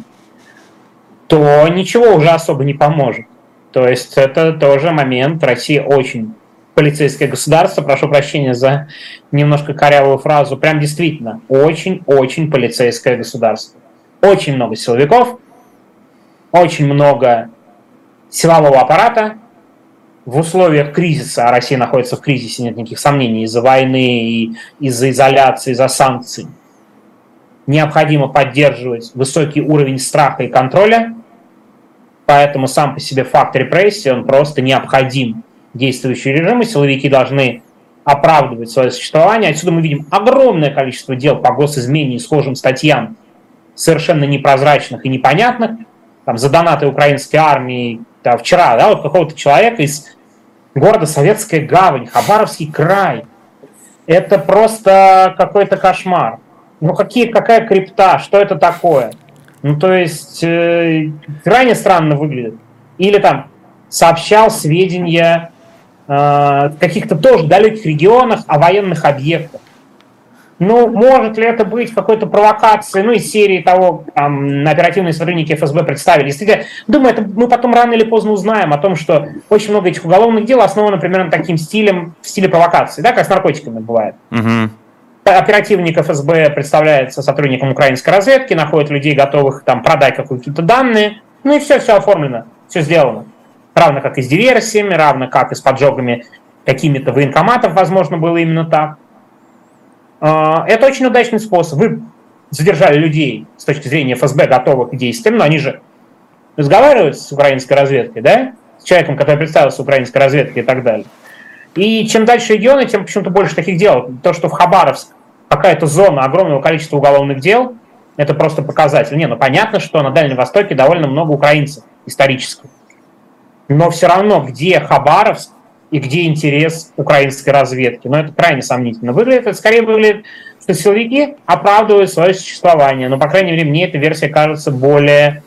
То ничего уже особо не поможет. То есть это тоже момент. Россия очень полицейское государство, прошу прощения за немножко корявую фразу, прям действительно очень-очень полицейское государство. Очень много силовиков, очень много силового аппарата. В условиях кризиса, а Россия находится в кризисе, нет никаких сомнений, из-за войны, и из-за изоляции, из-за санкций, необходимо поддерживать высокий уровень страха и контроля, поэтому сам по себе факт репрессий, он просто необходим. Действующие режимы, силовики должны оправдывать свое существование. Отсюда мы видим огромное количество дел по госизмене и схожим статьям, совершенно непрозрачных и непонятных. Там, за донаты украинской армии, да, вчера, да, вот какого-то человека из города Советская Гавань, Хабаровский край. Это просто какой-то кошмар. Ну какая крипта, что это такое? Ну то есть крайне странно выглядит. Или там сообщал сведения в каких-то тоже далеких регионах о военных объектах. Ну, может ли это быть какой-то провокацией, ну, из серии того, там, оперативные сотрудники ФСБ представили. Действительно, думаю, это мы потом рано или поздно узнаем о том, что очень много этих уголовных дел основано примерно таким стилем, в стиле провокации, да, как с наркотиками бывает. Угу. Оперативник ФСБ представляется сотрудником украинской разведки, находит людей, готовых там продать какие-то данные, ну и все оформлено, все сделано. Равно как и с диверсиями, равно как и с поджогами какими-то военкоматов, возможно, было именно так. Это очень удачный способ. Вы задержали людей с точки зрения ФСБ, готовых к действиям, но они же разговаривают с украинской разведкой, да? С человеком, который представился украинской разведкой и так далее. И чем дальше регионы, тем почему-то больше таких дел. То, что в Хабаровск какая-то зона огромного количества уголовных дел, это просто показатель. Ну понятно, что на Дальнем Востоке довольно много украинцев исторических. Но все равно, где Хабаровск и где интерес украинской разведки? Но это крайне сомнительно. Это скорее выглядит, что силовики оправдывают свое существование. Но, по крайней мере, мне эта версия кажется более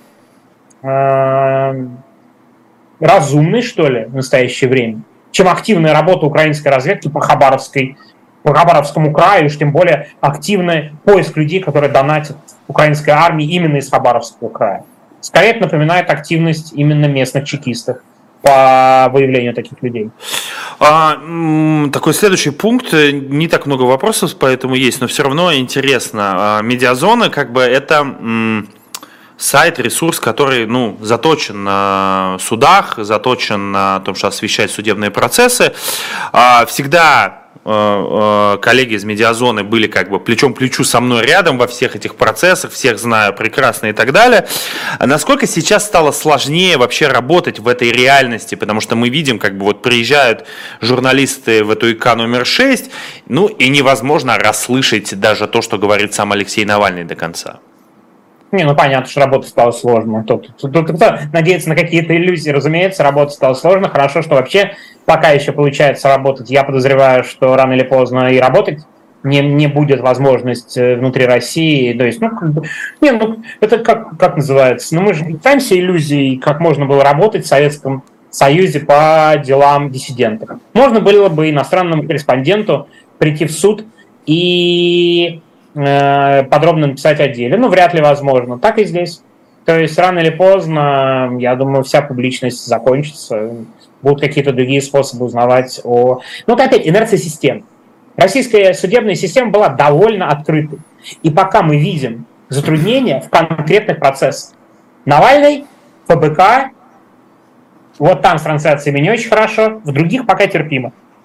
разумной, что ли, в настоящее время, чем активная работа украинской разведки по Хабаровскому краю, и уж тем более активный поиск людей, которые донатят украинской армии именно из Хабаровского края. Скорее это напоминает активность именно местных чекистов по выявлению таких людей. Такой следующий пункт. Не так много вопросов, поэтому есть, но все равно интересно. Медиазона, как бы это сайт, ресурс, который заточен на судах, заточен на том, что освещать судебные процессы. Всегда коллеги из медиазоны были как бы плечом к плечу со мной рядом во всех этих процессах, всех знаю прекрасно и так далее. Насколько сейчас стало сложнее вообще работать в этой реальности, потому что мы видим, как бы вот приезжают журналисты в эту ИК номер 6, и невозможно расслышать даже то, что говорит сам Алексей Навальный до конца. Понятно, что работа стала сложной. Кто надеется на какие-то иллюзии, разумеется, работа стала сложной. Хорошо, что вообще пока еще получается работать. Я подозреваю, что рано или поздно и работать не будет возможность внутри России. То есть, это как называется? Мы же пытаемся иллюзией, как можно было работать в Советском Союзе по делам диссидентов. Можно было бы иностранному корреспонденту прийти в суд и подробно написать о деле. Вряд ли возможно. Так и здесь. То есть рано или поздно, я думаю, вся публичность закончится. Будут какие-то другие способы узнавать о... это опять инерция систем. Российская судебная система была довольно открытой. И пока мы видим затруднения в конкретных процессах. Навальный, ФБК, вот там с трансляциями не очень хорошо, в других пока терпимо.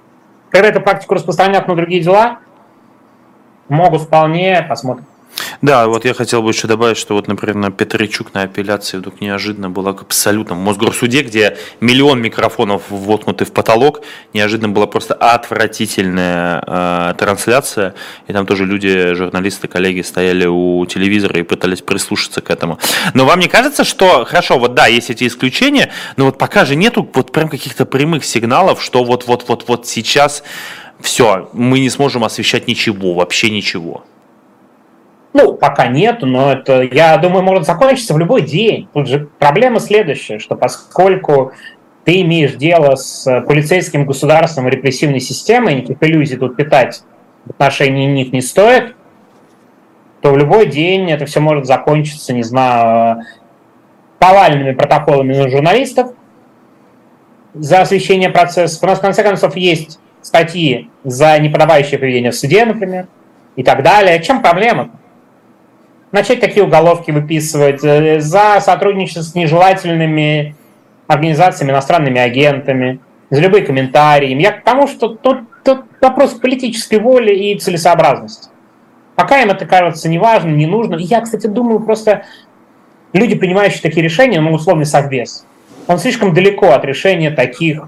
Когда эту практику распространят на другие дела, могут вполне, посмотрим. Да, вот я хотел бы еще добавить, что вот, например, на Петричук на апелляции вдруг неожиданно была абсолютно в Мосгорсуде, где миллион микрофонов воткнуты в потолок, неожиданно была просто отвратительная трансляция, и там тоже люди, журналисты, коллеги стояли у телевизора и пытались прислушаться к этому. Но вам не кажется, что, хорошо, вот да, есть эти исключения, но вот пока же нету вот прям каких-то прямых сигналов, что вот сейчас все, мы не сможем освещать ничего, вообще ничего. Ну, пока нету, но это, я думаю, может закончиться в любой день. Тут же проблема следующая, что поскольку ты имеешь дело с полицейским государством и репрессивной системой, никаких иллюзий тут питать в отношении них не стоит, то в любой день это все может закончиться, не знаю, повальными протоколами на журналистов за освещение процессов. У нас, в конце концов, есть статьи за неподобающее поведение в суде, например, и так далее. В чем проблема? Начать такие уголовки выписывать за сотрудничество с нежелательными организациями, иностранными агентами, за любые комментарии. Я к тому, что тут вопрос политической воли и целесообразности. Пока им это кажется неважным, не нужным. И я, кстати, думаю, просто люди, принимающие такие решения, условный совбез, он слишком далеко от решения таких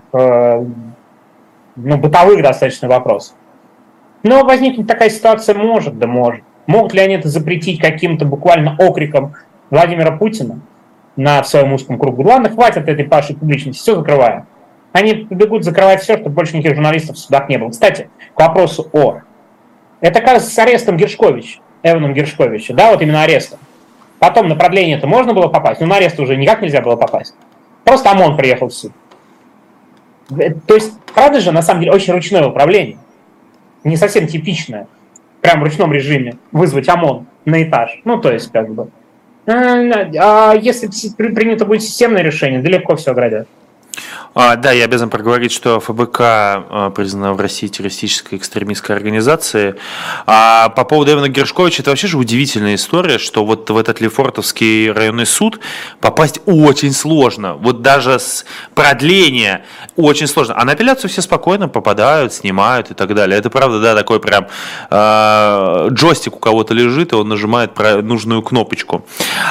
бытовых достаточно вопросов. Но возникнет такая ситуация может. Могут ли они это запретить каким-то буквально окриком Владимира Путина в своем узком кругу? Ладно, хватит этой Паши публичности, все закрываем. Они побегут закрывать все, чтобы больше никаких журналистов в судах не было. Кстати, к вопросу Это, кажется, с арестом Гершковича, Эваном Гершковича, да, вот именно арестом. Потом на продление это можно было попасть, но на арест уже никак нельзя было попасть. Просто ОМОН приехал в суд. То есть, правда же, на самом деле, очень ручное управление. Не совсем типичное. Прям в ручном режиме вызвать ОМОН на этаж. То есть, как бы. А если принято будет системное решение, далеко все оградят. Да, я обязан проговорить, что ФБК признана в России террористической экстремистской организацией. А по поводу Эвана Гершковича, это вообще же удивительная история, что вот в этот Лефортовский районный суд попасть очень сложно. Вот даже с продления очень сложно. А на апелляцию все спокойно попадают, снимают и так далее. Это правда, да, такой прям джойстик у кого-то лежит, и он нажимает нужную кнопочку.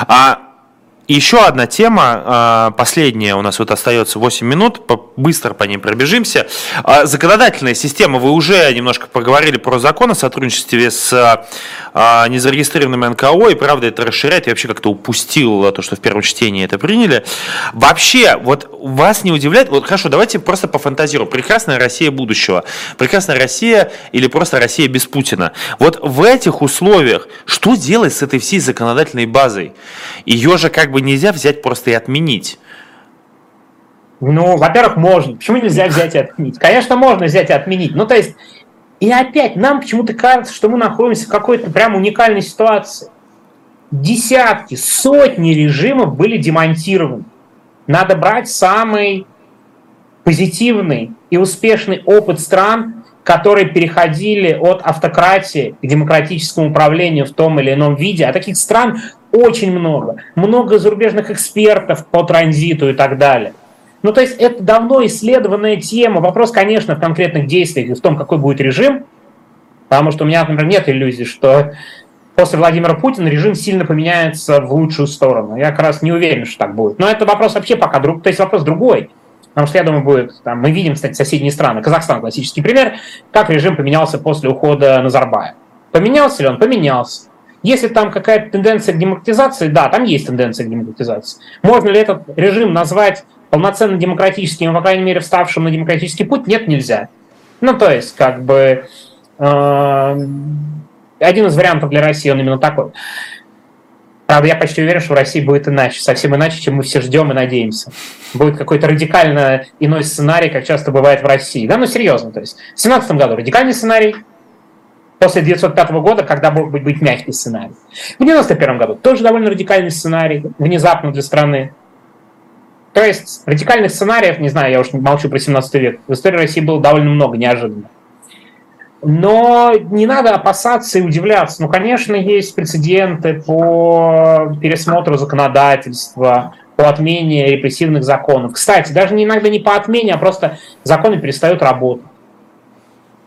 Еще одна тема, последняя, у нас вот остается 8 минут, быстро по ней пробежимся. Законодательная система, вы уже немножко поговорили про закон о сотрудничестве с незарегистрированными НКО, и правда это расширяет, я вообще как-то упустил то, что в первом чтении это приняли. Вообще, вот вас не удивляет, вот хорошо, давайте просто пофантазируем. Прекрасная Россия будущего, прекрасная Россия или просто Россия без Путина. Вот в этих условиях что делать с этой всей законодательной базой? Ее же как бы нельзя взять просто и отменить. Во-первых, можно. Почему нельзя взять и отменить? Конечно, можно взять и отменить. То есть, и опять, нам почему-то кажется, что мы находимся в какой-то прям уникальной ситуации. Десятки, сотни режимов были демонтированы. Надо брать самый позитивный и успешный опыт стран, которые переходили от автократии к демократическому управлению в том или ином виде. А таких стран очень много. Много зарубежных экспертов по транзиту и так далее. То есть это давно исследованная тема. Вопрос, конечно, в конкретных действиях и в том, какой будет режим. Потому что у меня, например, нет иллюзий, что после Владимира Путина режим сильно поменяется в лучшую сторону. Я как раз не уверен, что так будет. Но это вопрос вообще пока то есть вопрос другой. Потому что, я думаю, будет... мы видим, кстати, соседние страны. Казахстан классический пример. Как режим поменялся после ухода Назарбаева. Поменялся ли он? Поменялся. Если там какая-то тенденция к демократизации, да, там есть тенденция к демократизации. Можно ли этот режим назвать полноценно демократическим, по крайней мере, вставшим на демократический путь? Нет, нельзя. То есть, как бы... один из вариантов для России, он именно такой. Правда, я почти уверен, что в России будет иначе, совсем иначе, чем мы все ждем и надеемся. Будет какой-то радикально иной сценарий, как часто бывает в России. Да, серьезно. То есть в 2017 году радикальный сценарий, после 1905 года, когда мог быть мягкий сценарий. В 1991 году тоже довольно радикальный сценарий, внезапно для страны. То есть радикальных сценариев, не знаю, я уж молчу про 17 век, в истории России было довольно много неожиданно. Но не надо опасаться и удивляться. Конечно, есть прецеденты по пересмотру законодательства, по отмене репрессивных законов. Кстати, даже иногда не по отмене, а просто законы перестают работать.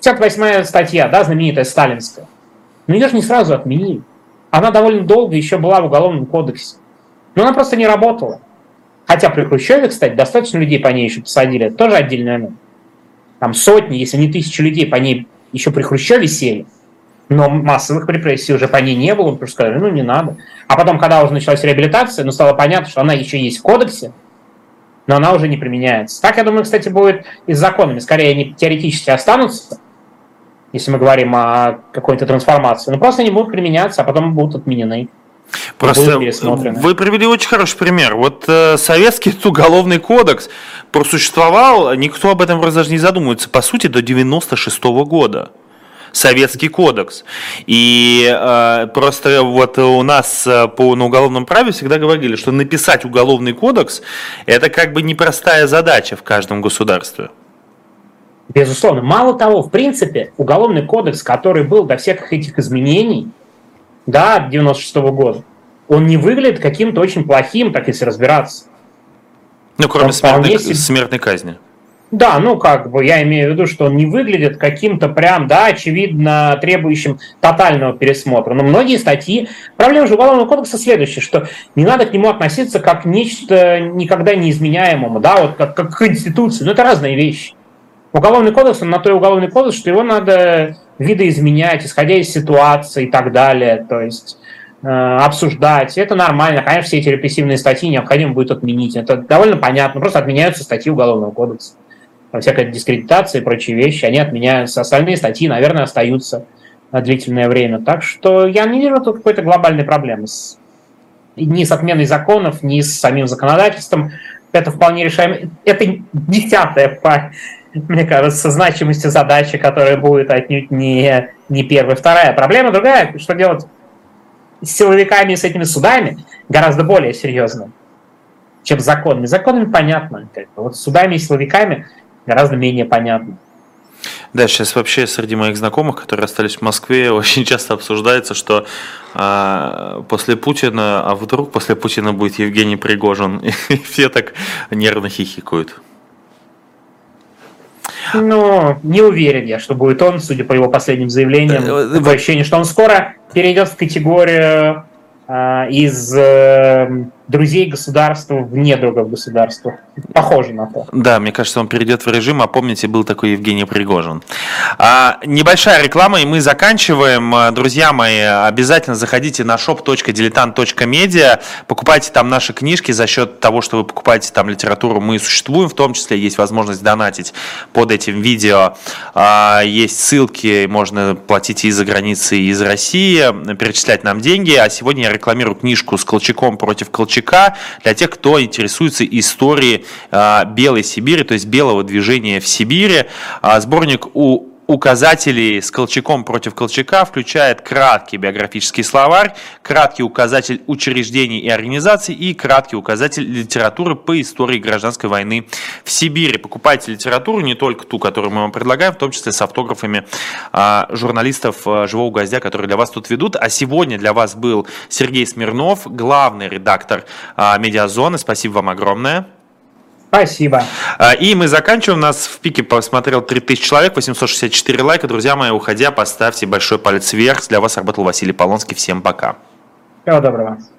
58-я статья, да, знаменитая сталинская. Но ее же не сразу отменили. Она довольно долго еще была в Уголовном кодексе. Но она просто не работала. Хотя при Хрущеве, кстати, достаточно людей по ней еще посадили. Это тоже отдельный момент. Там сотни, если не тысячи людей по ней еще при Хрущеве сели. Но массовых репрессий уже по ней не было. Потому что сказали, не надо. А потом, когда уже началась реабилитация, стало понятно, что она еще есть в кодексе, но она уже не применяется. Так, я думаю, кстати, будет и с законами. Скорее, они теоретически останутся, если мы говорим о какой-то трансформации. Но просто они будут применяться, а потом будут отменены. Просто вы привели очень хороший пример. Вот советский уголовный кодекс просуществовал, никто об этом даже не задумывается, по сути, до 96-го года. Советский кодекс. И просто вот у нас на уголовном праве всегда говорили, что написать уголовный кодекс – это как бы непростая задача в каждом государстве. Безусловно. Мало того, в принципе, уголовный кодекс, который был до всех этих изменений, да, 96-го года, он не выглядит каким-то очень плохим, так если разбираться. Ну, кроме смертной казни. Да, я имею в виду, что он не выглядит каким-то прям, да, очевидно требующим тотального пересмотра. Но многие статьи... Проблема же Уголовного кодекса следующая, что не надо к нему относиться как к нечто никогда неизменяемому, да, вот как к институции. Но это разные вещи. Уголовный кодекс, он на то и уголовный кодекс, что его надо видоизменять, исходя из ситуации и так далее, то есть обсуждать. Это нормально. Конечно, все эти репрессивные статьи необходимо будет отменить. Это довольно понятно. Просто отменяются статьи Уголовного кодекса. Всякая дискредитация и прочие вещи, они отменяются. Остальные статьи, наверное, остаются на длительное время. Так что я не вижу тут какой-то глобальной проблемы ни с отменой законов, ни с самим законодательством. Это вполне решаемо. Это 10-я по, мне кажется, значимости задачи, которая будет отнюдь не первая. Вторая проблема другая, что делать с силовиками и с этими судами, гораздо более серьезно, чем с законами. С законами понятно. Вот с судами и силовиками гораздо менее понятно. Да, сейчас вообще среди моих знакомых, которые остались в Москве, очень часто обсуждается, что после Путина, а вдруг после Путина будет Евгений Пригожин, и все так нервно хихикают. Не уверен я, что будет он, судя по его последним заявлениям. Такое ощущение, что он скоро перейдет в категорию из друзей государства в недругов государства. Похоже на то. Да, мне кажется, он перейдет в режим, а помните, был такой Евгений Пригожин. Небольшая реклама, и мы заканчиваем. Друзья мои, обязательно заходите на shop.diletant.media, покупайте там наши книжки. За счет того, что вы покупаете там литературу, мы существуем, в том числе есть возможность донатить под этим видео. Есть ссылки, можно платить и из-за границы, и из России, перечислять нам деньги. А сегодня я рекламирую книжку «С Колчаком против Колчака» для тех, кто интересуется историей Белой Сибири, то есть белого движения в Сибири. Сборник указателей «С Колчаком против Колчака» включает краткий биографический словарь, краткий указатель учреждений и организаций и краткий указатель литературы по истории гражданской войны в Сибири. Покупайте литературу, не только ту, которую мы вам предлагаем, в том числе с автографами журналистов «Живого гвоздя», которые для вас тут ведут. А сегодня для вас был Сергей Смирнов, главный редактор «Медиазоны». Спасибо вам огромное. Спасибо. И мы заканчиваем. Нас в пике посмотрел 3000 человек, 864 лайка. Друзья мои, уходя, поставьте большой палец вверх. Для вас работал Василий Полонский. Всем пока. Всего доброго.